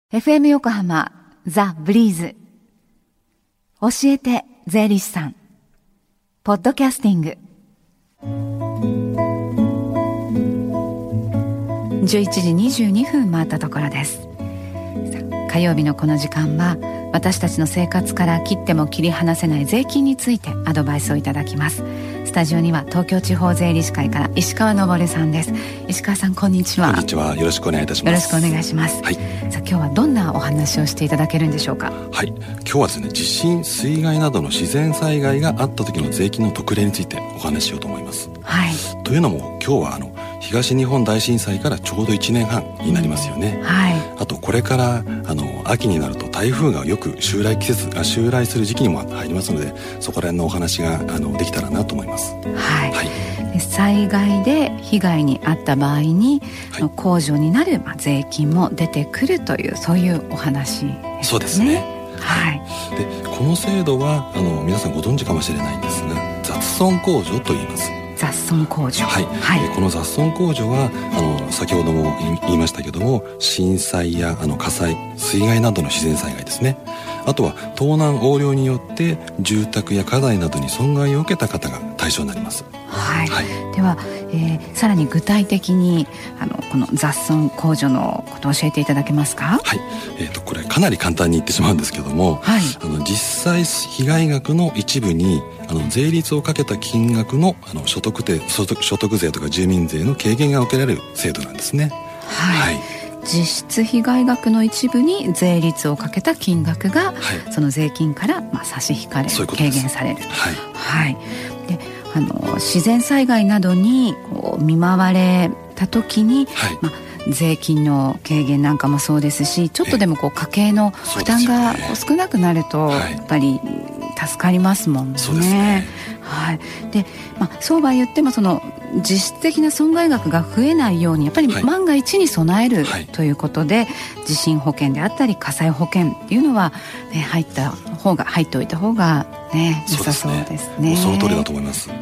FM 横浜ザ・ブリーズ教えて税理士さんポッドキャスティング11時22分回ったところです。火曜日のこの時間は私たちの生活から切っても切り離せない税金についてアドバイスをいただきます。スタジオには東京地方税理士会から石川昇さんです。石川さん、こんにちは。 こんにちは。よろしくお願いいたします。 よろしくお願いします。 はい、 さあ今日はどんなお話をしていただけるんでしょうか。 はい、今日はですね、地震、水害などの自然災害があった時の税金の特例についてお話ししようと思います。 はい。 というのも今日は東日本大震災からちょうど1年半になりますよね。 はい。 あとこれから秋になると台風がよく襲来する時期にも入りますので、そこら辺のお話ができたらなと思います。 はい。 はい、 で災害で被害に遭った場合に、 はい、 控除になる、税金も出てくるというそういうお話ですね。 そうですね。 はい。 でこの制度は皆さんご存知かもしれないんですが、雑損控除と言います。 雑損控除。 はい。はい、この雑損控除は先ほども言いましたけども、震災や火災、水害などの自然災害ですね。あとは盗難横領によって住宅や家財などに損害を受けた方が対象になります。 はい。はい、では、さらに具体的にこの雑損控除のことを教えていただけますか。 はい。これかなり簡単に言ってしまうんですけども、はい、実際被害額の一部に税率をかけた金額の所得税とか住民税の軽減が受けられる制度なんですね。 はい。はい、実質被害額の一部に税率をかけた金額が、はい、その税金から差し引かれる、軽減される。 はい。 はい。で自然災害などに見舞われた時に、はい、税金の軽減なんかもそうですし、ちょっとでも家計の負担が少なくなると、やっぱり助かりますもんね。 そうですね。 はい。で、そうは言ってもその実質的な損害額が増えないようにやっぱり万が一に備える、はい、ということで、地震保険であったり火災保険っていうのは、入っておいた方が良さそうですね。 その通りだと思います。はい、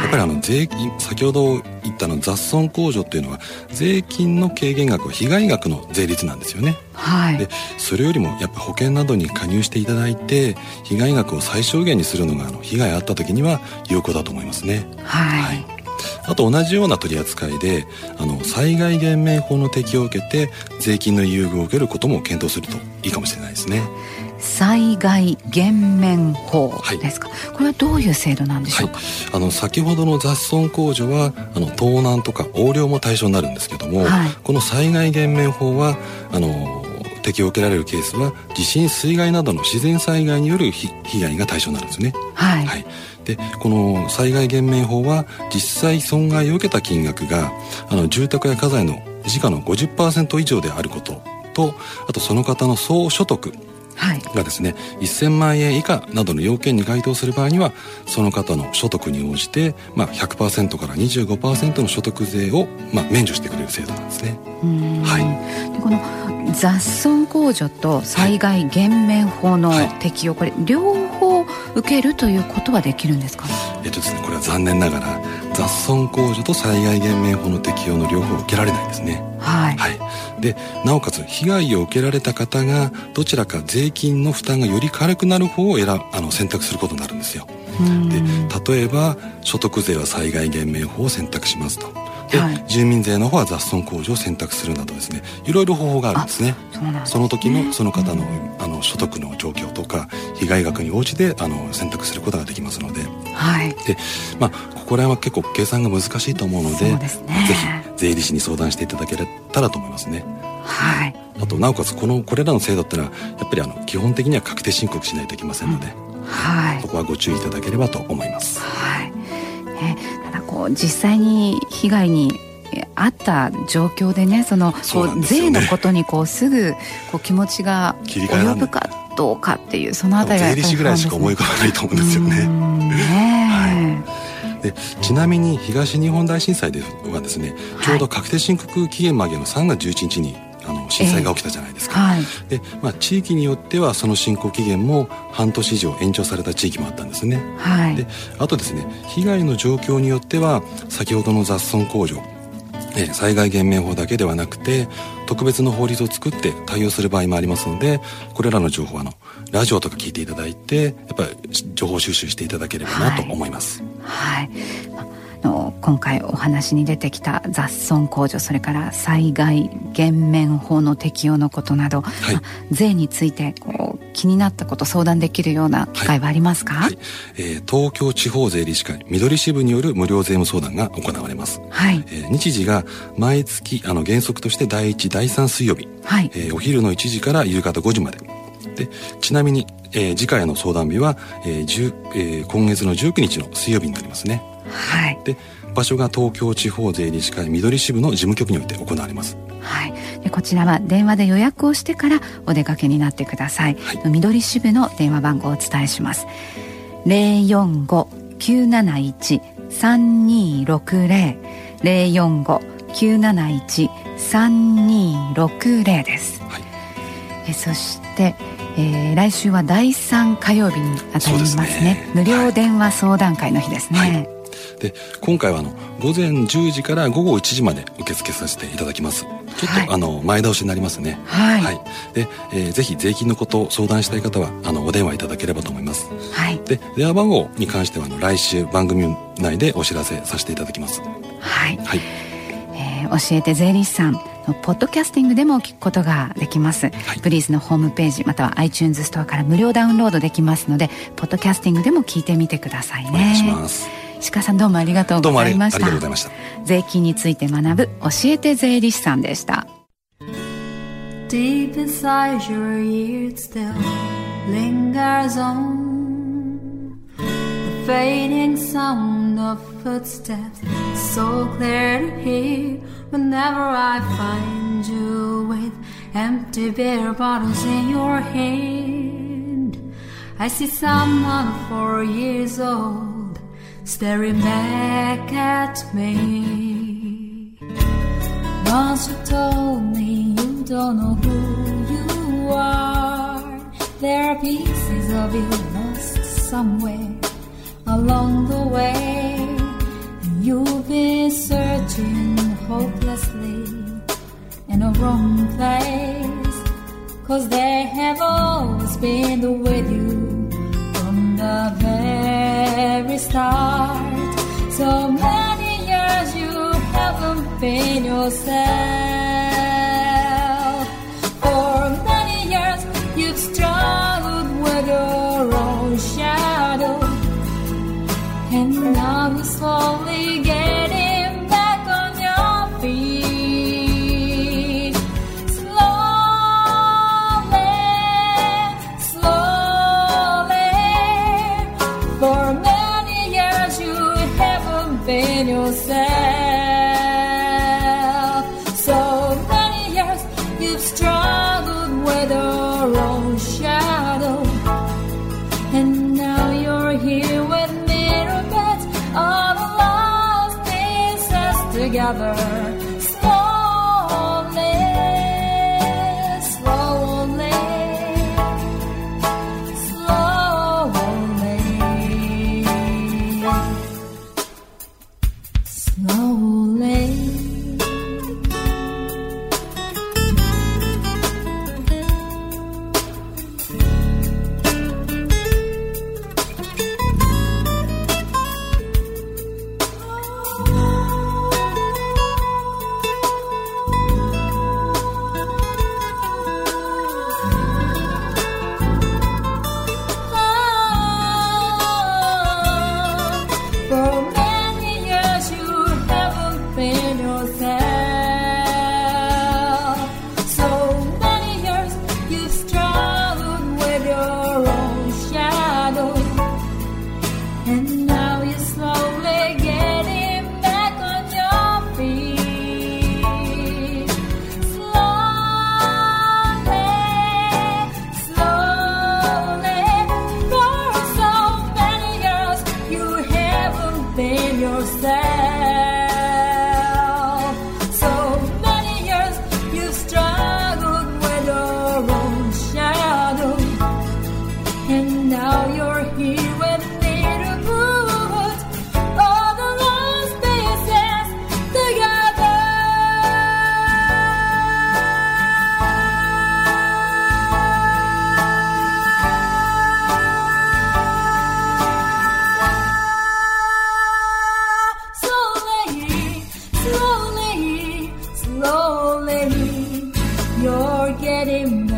やっぱり税金、先ほど言った雑損控除っていうのは税金の軽減額は被害額の税率なんですよね。 はい。 でそれよりもやっぱ保険などに加入していただいて被害額を最小限にするのが被害あった時には有効だと思いますね。 はい。 はい、あと同じような取り扱いで災害減免法の適用を受けて税金の優遇を受けることも検討するといいかもしれないですね。 災害減免法ですか。はい、これはどういう制度なんでしょうか。 はい、先ほどの雑損控除は盗難とか横領も対象になるんですけども、はい、この災害減免法は適用を受けられるケースは地震、水害などの自然災害による被害が対象になるんですね。 はい。 はい、でこの災害減免法は実際損害を受けた金額が住宅や家財の時価の 50% 以上であることと、あとその方の総所得がですね、1000万円以下などの要件に該当する場合にはその方の所得に応じて、100% から 25% の所得税を、免除してくれる制度なんですね。はい、 でこの雑損控除と災害減免法の適用、これ両方受けるということはできるんですか。 ですね、これは残念ながら雑損控除と災害減免法の適用の両方受けられないんですね。 はい。 はい。でなおかつ被害を受けられた方がどちらか税金の負担がより軽くなる方を選択することになるんですよ。で例えば所得税は災害減免法を選択しますと。で、はい、住民税の方は雑損控除を選択するなどですね、いろいろ方法があるんですね。その時のその方の所得の状況とか被害額に応じて選択することができますので、 はい、 でここら辺は結構計算が難しいと思うので、 そうですね、 ぜひ税理士に相談していただけたらと思いますね。 はい。 あとなおかつこれらの制度ってのはやっぱり基本的には確定申告しないといけませんので、 はい、 そこはご注意いただければと思います。 はい。ただ実際に被害にあった状況でね、税のことにすぐ気持ちが及ぶかどうかっていう、そのあたりが税理士ぐらいしか思い浮かばないと思うんですよね。はい、でちなみに東日本大震災ではですね、ちょうど確定申告期限までの3月11日に震災が起きたじゃないですか。 はい、 で地域によってはその申告期限も半年以上延長された地域もあったんですね。 はい、 であとですね、被害の状況によっては先ほどの雑損控除災害減免法だけではなくて特別の法律を作って対応する場合もありますので、これらの情報はラジオとか聞いていただいて、やっぱり情報収集していただければなと思います。 はい、今回お話に出てきた雑損控除、それから災害減免法の適用のことなど、はい、税について気になったこと相談できるような機会はありますか？はい東京地方税理士会緑支部による無料税務相談が行われます。はい、日時が毎月原則として第1第3水曜日、はい、お昼の1時から夕方5時までで、ちなみに、次回の相談日は、今月の19日の水曜日になりますね。はい、で場所が東京地方税理士会緑支部の事務局において行われます。 はい、でこちらは電話で予約をしてからお出かけになってください。はい、緑支部の電話番号をお伝えします。 045-971-3260 045-971-3260 です。はい、そして来週は第3火曜日にあたりますね。無料電話相談会の日ですね。はいはい、 で今回は午前10時から午後1時まで受け付けさせていただきます。ちょっと、はい、前倒しになりますね。はい、はい、で、ぜひ税金のことを相談したい方はお電話いただければと思います。はい、で電話番号に関しては来週番組内でお知らせさせていただきます。はい、はい、 教えて税理士さんポッドキャスティングでも聞くことができます。はい、ブリーズのホームページまたは iTunes ストアから無料ダウンロードできますので、ポッドキャスティングでも聞いてみてくださいね。 お願いします。 鹿さんどうもありがとうございました。 どうもありがとうございました。 税金について学ぶ教えて税理士さんでした。 Deep inside your ears still lingers on the fading sound of footsteps, so clear to hear whenever I find you with empty beer bottles in your hand. I see someone 4 years old staring back at me. Once you told me you don't know who you are. There are pieces of you lost somewhere along the way, and you've been searching hopelessly in a wrong place, 'cause they have always been with you from the very start. So many years you haven't been yourself. For many years you've struggled with your own shadow, and now you're slowly getting back on your feet. Slowly, slowly. For many years you haven't been yourself. So many years you've struggled with your own shadow, and now you're here with all the lost pieces together. Slowly, slowly, slowly, slowly. anymore.